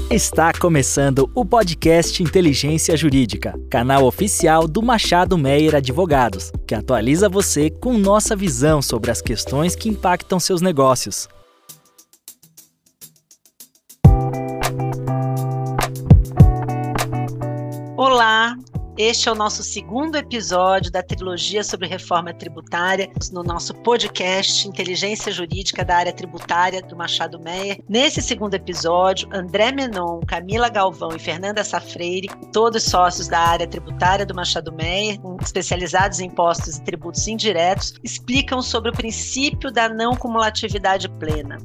Está começando o podcast Inteligência Jurídica, canal oficial do Machado Meyer Advogados, que atualiza você com nossa visão sobre as questões que impactam seus negócios. Olá, este é o nosso segundo episódio da trilogia sobre reforma tributária no nosso podcast Inteligência Jurídica da área tributária do Machado Meyer. Nesse segundo episódio, André Menon, Camila Galvão e Fernanda Safreire, todos sócios da área tributária do Machado Meyer, especializados em impostos e tributos indiretos, explicam sobre o princípio da não cumulatividade plena.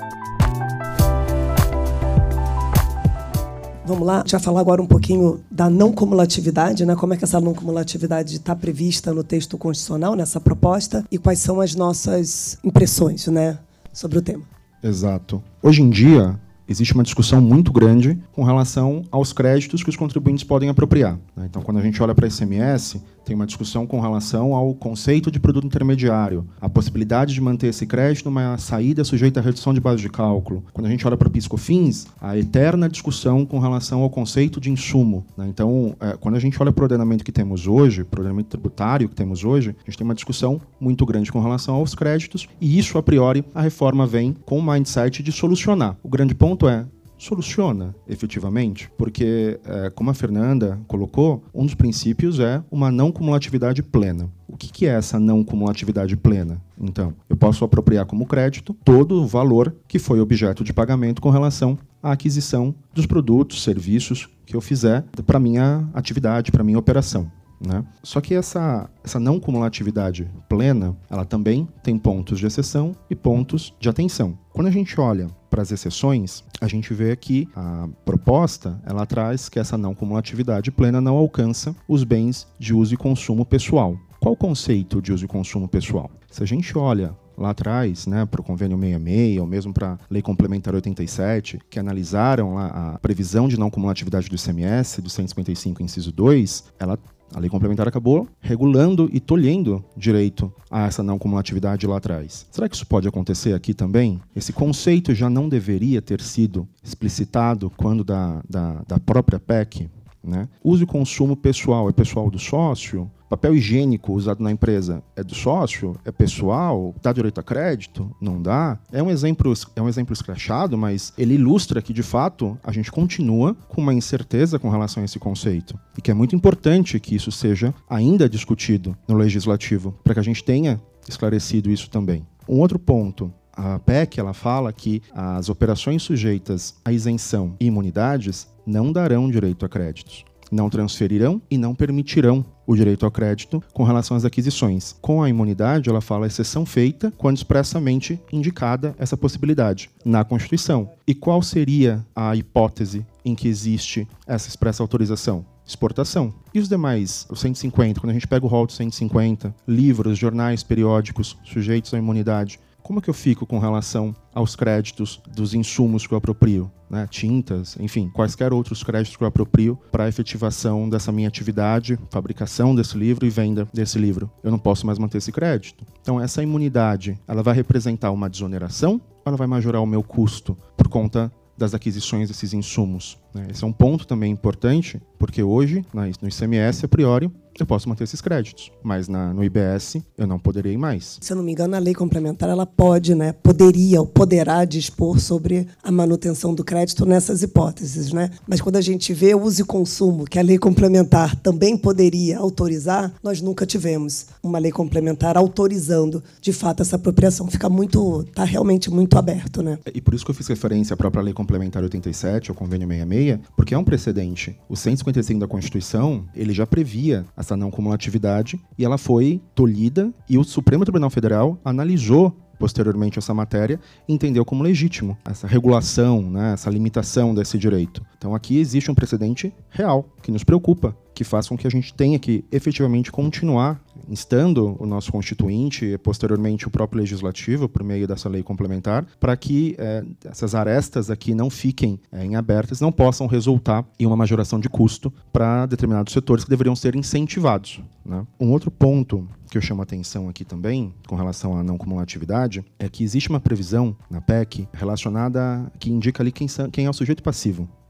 Vamos lá, a gente vai falar agora um pouquinho da não cumulatividade, né? Como é que essa não cumulatividade está prevista no texto constitucional, nessa proposta, e quais são as nossas impressões, né, sobre o tema. Exato. Hoje em dia, existe uma discussão muito grande com relação aos créditos que os contribuintes podem apropriar. Então, quando a gente olha para ICMS, tem uma discussão com relação ao conceito de produto intermediário, a possibilidade de manter esse crédito numa saída sujeita à redução de base de cálculo. Quando a gente olha para o PIS/COFINS, a eterna discussão com relação ao conceito de insumo. Então, quando a gente olha para o ordenamento que temos hoje, para o ordenamento tributário que temos hoje, a gente tem uma discussão muito grande com relação aos créditos, e isso, a priori, a reforma vem com o mindset de solucionar. O grande ponto soluciona efetivamente, porque, como a Fernanda colocou, um dos princípios é uma não cumulatividade plena. O que é essa não cumulatividade plena? Então, eu posso apropriar como crédito todo o valor que foi objeto de pagamento com relação à aquisição dos produtos, serviços que eu fizer para minha atividade, para minha operação. Né? Só que essa não cumulatividade plena, ela também tem pontos de exceção e pontos de atenção. Quando a gente olha para as exceções, a gente vê que a proposta ela traz que essa não cumulatividade plena não alcança os bens de uso e consumo pessoal. Qual o conceito de uso e consumo pessoal? Se a gente olha lá atrás, né, para o Convênio 66, ou mesmo para a Lei Complementar 87, que analisaram lá a previsão de não cumulatividade do ICMS, do 155, inciso 2, a Lei Complementar acabou regulando e tolhendo direito a essa não cumulatividade lá atrás. Será que isso pode acontecer aqui também? Esse conceito já não deveria ter sido explicitado quando da própria PEC? Né? Uso e consumo pessoal é pessoal do sócio? Papel higiênico usado na empresa é do sócio? É pessoal? Dá direito a crédito? Não dá? É um exemplo escrachado, mas ele ilustra que, de fato, a gente continua com uma incerteza com relação a esse conceito. E que é muito importante que isso seja ainda discutido no legislativo, para que a gente tenha esclarecido isso também. Um outro ponto. A PEC ela fala que as operações sujeitas à isenção e imunidades não darão direito a créditos, não transferirão e não permitirão o direito ao crédito com relação às aquisições. Com a imunidade, ela fala exceção feita quando expressamente indicada essa possibilidade na Constituição. E qual seria a hipótese em que existe essa expressa autorização? Exportação. E os demais, os 150, quando a gente pega o rol dos 150, livros, jornais, periódicos sujeitos à imunidade, como que eu fico com relação aos créditos dos insumos que eu aproprio? Né? Tintas, enfim, quaisquer outros créditos que eu aproprio para a efetivação dessa minha atividade, fabricação desse livro e venda desse livro. Eu não posso mais manter esse crédito. Então, essa imunidade, ela vai representar uma desoneração ou ela vai majorar o meu custo por conta das aquisições desses insumos? Esse é um ponto também importante, porque hoje, no ICMS, a priori, eu posso manter esses créditos, mas no IBS eu não poderei mais. Se eu não me engano, a lei complementar ela pode, né, poderia ou poderá dispor sobre a manutenção do crédito nessas hipóteses, né? Mas quando a gente vê o uso e consumo, que a lei complementar também poderia autorizar, nós nunca tivemos uma lei complementar autorizando, de fato, essa apropriação. Está realmente muito aberto, né? E por isso que eu fiz referência à própria Lei Complementar 87, ao Convênio 66, porque é um precedente. O 155 da Constituição, ele já previa essa não cumulatividade, e ela foi tolhida, e o Supremo Tribunal Federal analisou posteriormente essa matéria e entendeu como legítimo essa regulação, né, essa limitação desse direito. Então aqui existe um precedente real que nos preocupa, que faz com que a gente tenha que efetivamente continuar instando o nosso constituinte e posteriormente o próprio legislativo por meio dessa lei complementar para que essas arestas aqui não fiquem em abertas, não possam resultar em uma majoração de custo para determinados setores que deveriam ser incentivados, né? Um outro ponto que eu chamo a atenção aqui também, com relação à não cumulatividade, é que existe uma previsão na PEC relacionada, que indica ali quem é o sujeito passivo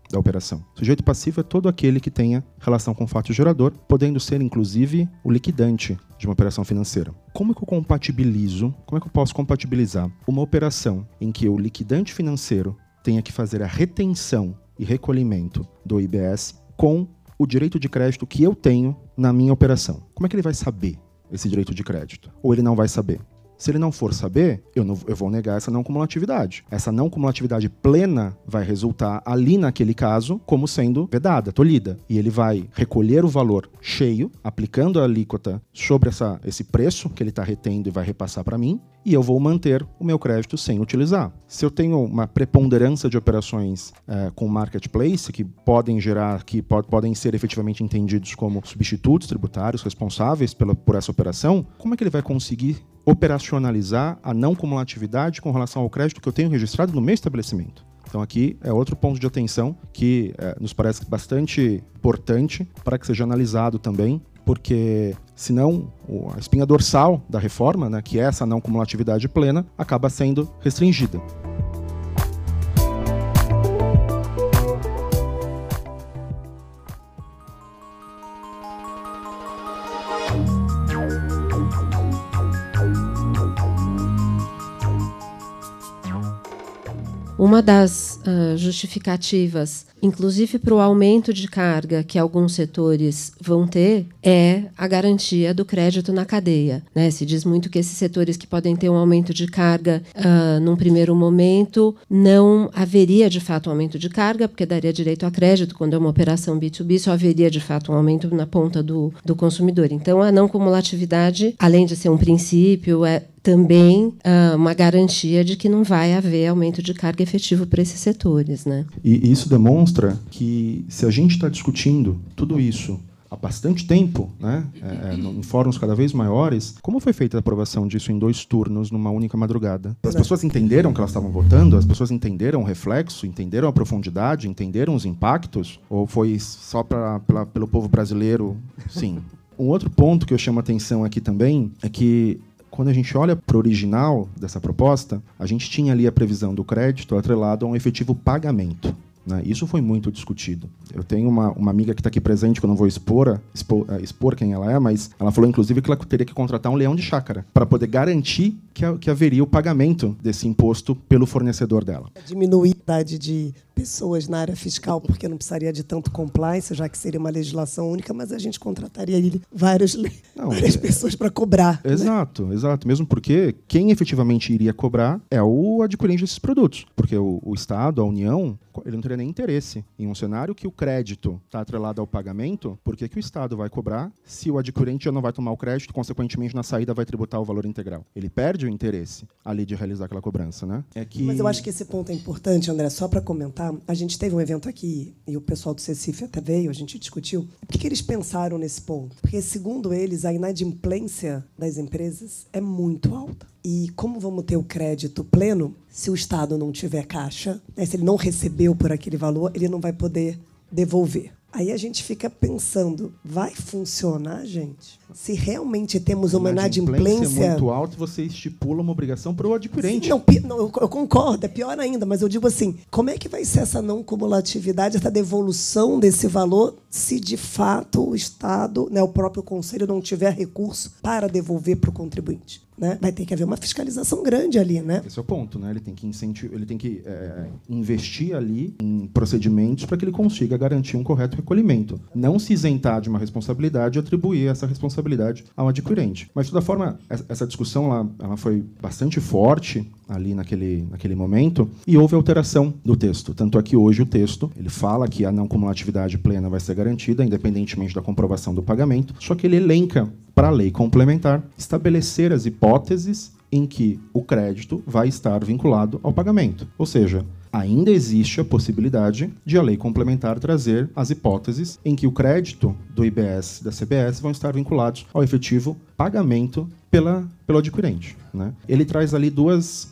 da operação. Sujeito passivo é todo aquele que tenha relação com o fato gerador, podendo ser, inclusive, o liquidante de uma operação financeira. Como é que eu posso compatibilizar uma operação em que o liquidante financeiro tenha que fazer a retenção e recolhimento do IBS com o direito de crédito que eu tenho na minha operação? Como é que ele vai saber esse direito de crédito? Ou ele não vai saber? Se ele não for saber, eu vou negar essa não cumulatividade. Essa não cumulatividade plena vai resultar ali naquele caso como sendo vedada, tolhida. E ele vai recolher o valor cheio, aplicando a alíquota sobre esse preço que ele está retendo e vai repassar para mim, e eu vou manter o meu crédito sem utilizar. Se eu tenho uma preponderância de operações com marketplace que podem podem ser efetivamente entendidos como substitutos tributários responsáveis por essa operação, como é que ele vai conseguir operacionalizar a não cumulatividade com relação ao crédito que eu tenho registrado no meu estabelecimento? Então aqui é outro ponto de atenção que nos parece bastante importante para que seja analisado também, porque senão a espinha dorsal da reforma, né, que é essa não cumulatividade plena, acaba sendo restringida. Uma das justificativas, inclusive para o aumento de carga que alguns setores vão ter, é a garantia do crédito na cadeia, né? Se diz muito que esses setores que podem ter um aumento de carga num primeiro momento, não haveria de fato um aumento de carga, porque daria direito a crédito quando é uma operação B2B, só haveria de fato um aumento na ponta do consumidor. Então, a não cumulatividade, além de ser um princípio, é também uma garantia de que não vai haver aumento de carga efetivo para esses setores, né? E isso demonstra que, se a gente está discutindo tudo isso há bastante tempo, né, em fóruns cada vez maiores, como foi feita a aprovação disso em 2 turnos, numa única madrugada? As pessoas entenderam que elas estavam votando? As pessoas entenderam o reflexo? Entenderam a profundidade? Entenderam os impactos? Ou foi só pelo povo brasileiro? Sim. Um outro ponto que eu chamo a atenção aqui também é que, quando a gente olha para o original dessa proposta, a gente tinha ali a previsão do crédito atrelado a um efetivo pagamento, né? Isso foi muito discutido. Eu tenho uma amiga que está aqui presente, que eu não vou expor quem ela é, mas ela falou, inclusive, que ela teria que contratar um leão de chácara para poder garantir que haveria o pagamento desse imposto pelo fornecedor dela. Diminuir a idade de pessoas na área fiscal, porque não precisaria de tanto compliance, já que seria uma legislação única, mas a gente contrataria várias pessoas para cobrar. Exato, né? Exato. Mesmo porque quem efetivamente iria cobrar é o adquirente desses produtos. Porque o Estado, a União, ele não teria nem interesse em um cenário que o crédito está atrelado ao pagamento. Por que o Estado vai cobrar se o adquirente já não vai tomar o crédito, consequentemente, na saída vai tributar o valor integral? Ele perde o interesse ali de realizar aquela cobrança, né? Mas eu acho que esse ponto é importante, André, só para comentar. A gente teve um evento aqui, e o pessoal do CECIF até veio, a gente discutiu. O que eles pensaram nesse ponto? Porque, segundo eles, a inadimplência das empresas é muito alta. E como vamos ter o crédito pleno, se o Estado não tiver caixa, né, se ele não recebeu por aquele valor, ele não vai poder devolver. Aí a gente fica pensando, vai funcionar, gente? Se realmente temos uma inadimplência... é muito alta, você estipula uma obrigação para o adquirente. Sim, não, eu concordo, é pior ainda, mas eu digo assim, como é que vai ser essa não cumulatividade, essa devolução desse valor, se de fato o Estado, né, o próprio Conselho, não tiver recurso para devolver para o contribuinte? Né? Vai ter que haver uma fiscalização grande ali, né? Esse é o ponto, né? Ele tem que investir ali em procedimentos para que ele consiga garantir um correto recolhimento. Não se isentar de uma responsabilidade e atribuir essa responsabilidade ao adquirente. Mas, de toda forma, essa discussão ela foi bastante forte ali naquele momento, e houve alteração do texto. Tanto é que hoje o texto ele fala que a não cumulatividade plena vai ser garantida, independentemente da comprovação do pagamento, só que ele elenca, para a lei complementar, estabelecer as hipóteses em que o crédito vai estar vinculado ao pagamento. Ou seja, ainda existe a possibilidade de a lei complementar trazer as hipóteses em que o crédito do IBS e da CBS vão estar vinculados ao efetivo pagamento pelo adquirente, né? Ele traz ali duas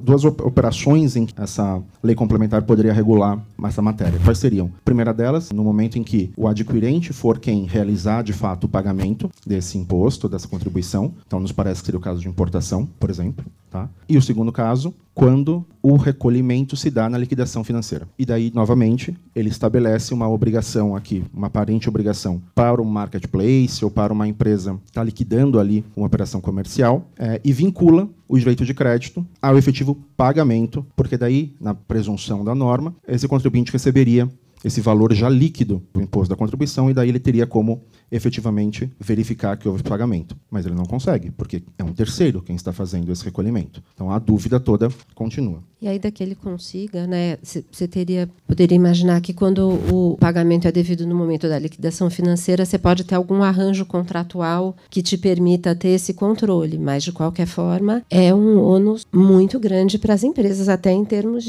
operações em que essa lei complementar poderia regular essa matéria. Quais seriam? A primeira delas, no momento em que o adquirente for quem realizar, de fato, o pagamento desse imposto, dessa contribuição. Então, nos parece que seria o caso de importação, por exemplo. Tá? E o segundo caso, quando o recolhimento se dá na liquidação financeira. E daí, novamente, ele estabelece uma obrigação aqui, uma aparente obrigação para um marketplace ou para uma empresa que está liquidando ali uma operação comercial e vincula o direito de crédito ao efetivo pagamento, porque daí, na presunção da norma, esse contribuinte receberia esse valor já líquido do imposto da contribuição e daí ele teria como efetivamente verificar que houve pagamento. Mas ele não consegue, porque é um terceiro quem está fazendo esse recolhimento. Então a dúvida toda continua. E aí, daqui ele consiga, né? Você poderia imaginar que quando o pagamento é devido no momento da liquidação financeira, você pode ter algum arranjo contratual que te permita ter esse controle, mas de qualquer forma é um ônus muito grande para as empresas, até em termos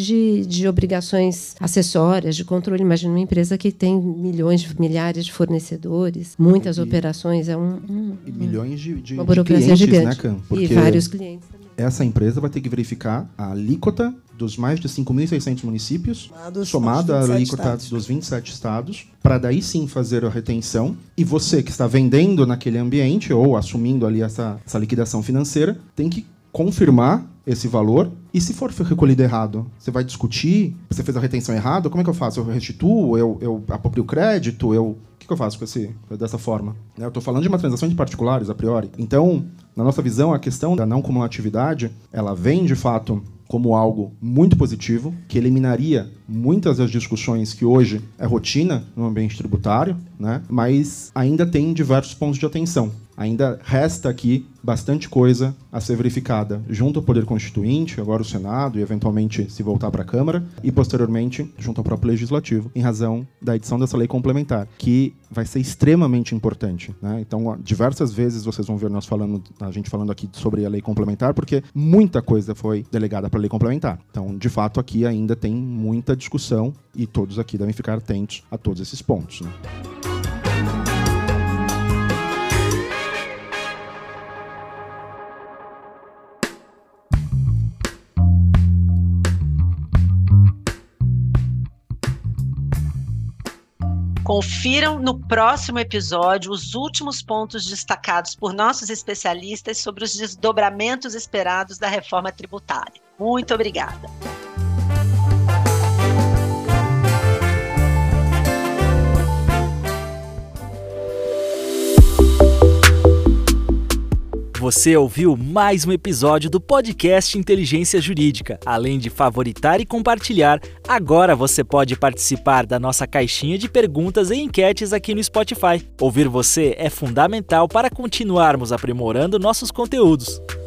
de obrigações acessórias, de controle. Imagina uma empresa que tem milhares de fornecedores, muitas operações, e milhões de uma burocracia clientes, gigante, né, Cam? Porque e vários clientes também. Essa empresa vai ter que verificar a alíquota dos mais de 5.600 municípios, somada à alíquota dos 27 estados, para daí sim fazer a retenção. E você que está vendendo naquele ambiente, ou assumindo ali essa liquidação financeira, tem que confirmar esse valor. E se for recolhido errado, você vai discutir, você fez a retenção errada, como é que eu faço? Eu restituo? Eu aproprio o crédito? O que eu faço dessa forma? Eu estou falando de uma transação de particulares, a priori. Então, na nossa visão, a questão da não cumulatividade, ela vem, de fato, como algo muito positivo, que eliminaria muitas das discussões que hoje é rotina no ambiente tributário, né? Mas ainda tem diversos pontos de atenção. Ainda resta aqui bastante coisa a ser verificada junto ao Poder Constituinte, agora o Senado, e eventualmente se voltar para a Câmara, e posteriormente junto ao próprio Legislativo, em razão da edição dessa lei complementar, que vai ser extremamente importante, né? Então, diversas vezes vocês vão ver a gente falando aqui sobre a lei complementar, porque muita coisa foi delegada para a lei complementar. Então, de fato, aqui ainda tem muita discussão e todos aqui devem ficar atentos a todos esses pontos, né? Confiram no próximo episódio os últimos pontos destacados por nossos especialistas sobre os desdobramentos esperados da reforma tributária. Muito obrigada. Você ouviu mais um episódio do podcast Inteligência Jurídica. Além de favoritar e compartilhar, agora você pode participar da nossa caixinha de perguntas e enquetes aqui no Spotify. Ouvir você é fundamental para continuarmos aprimorando nossos conteúdos.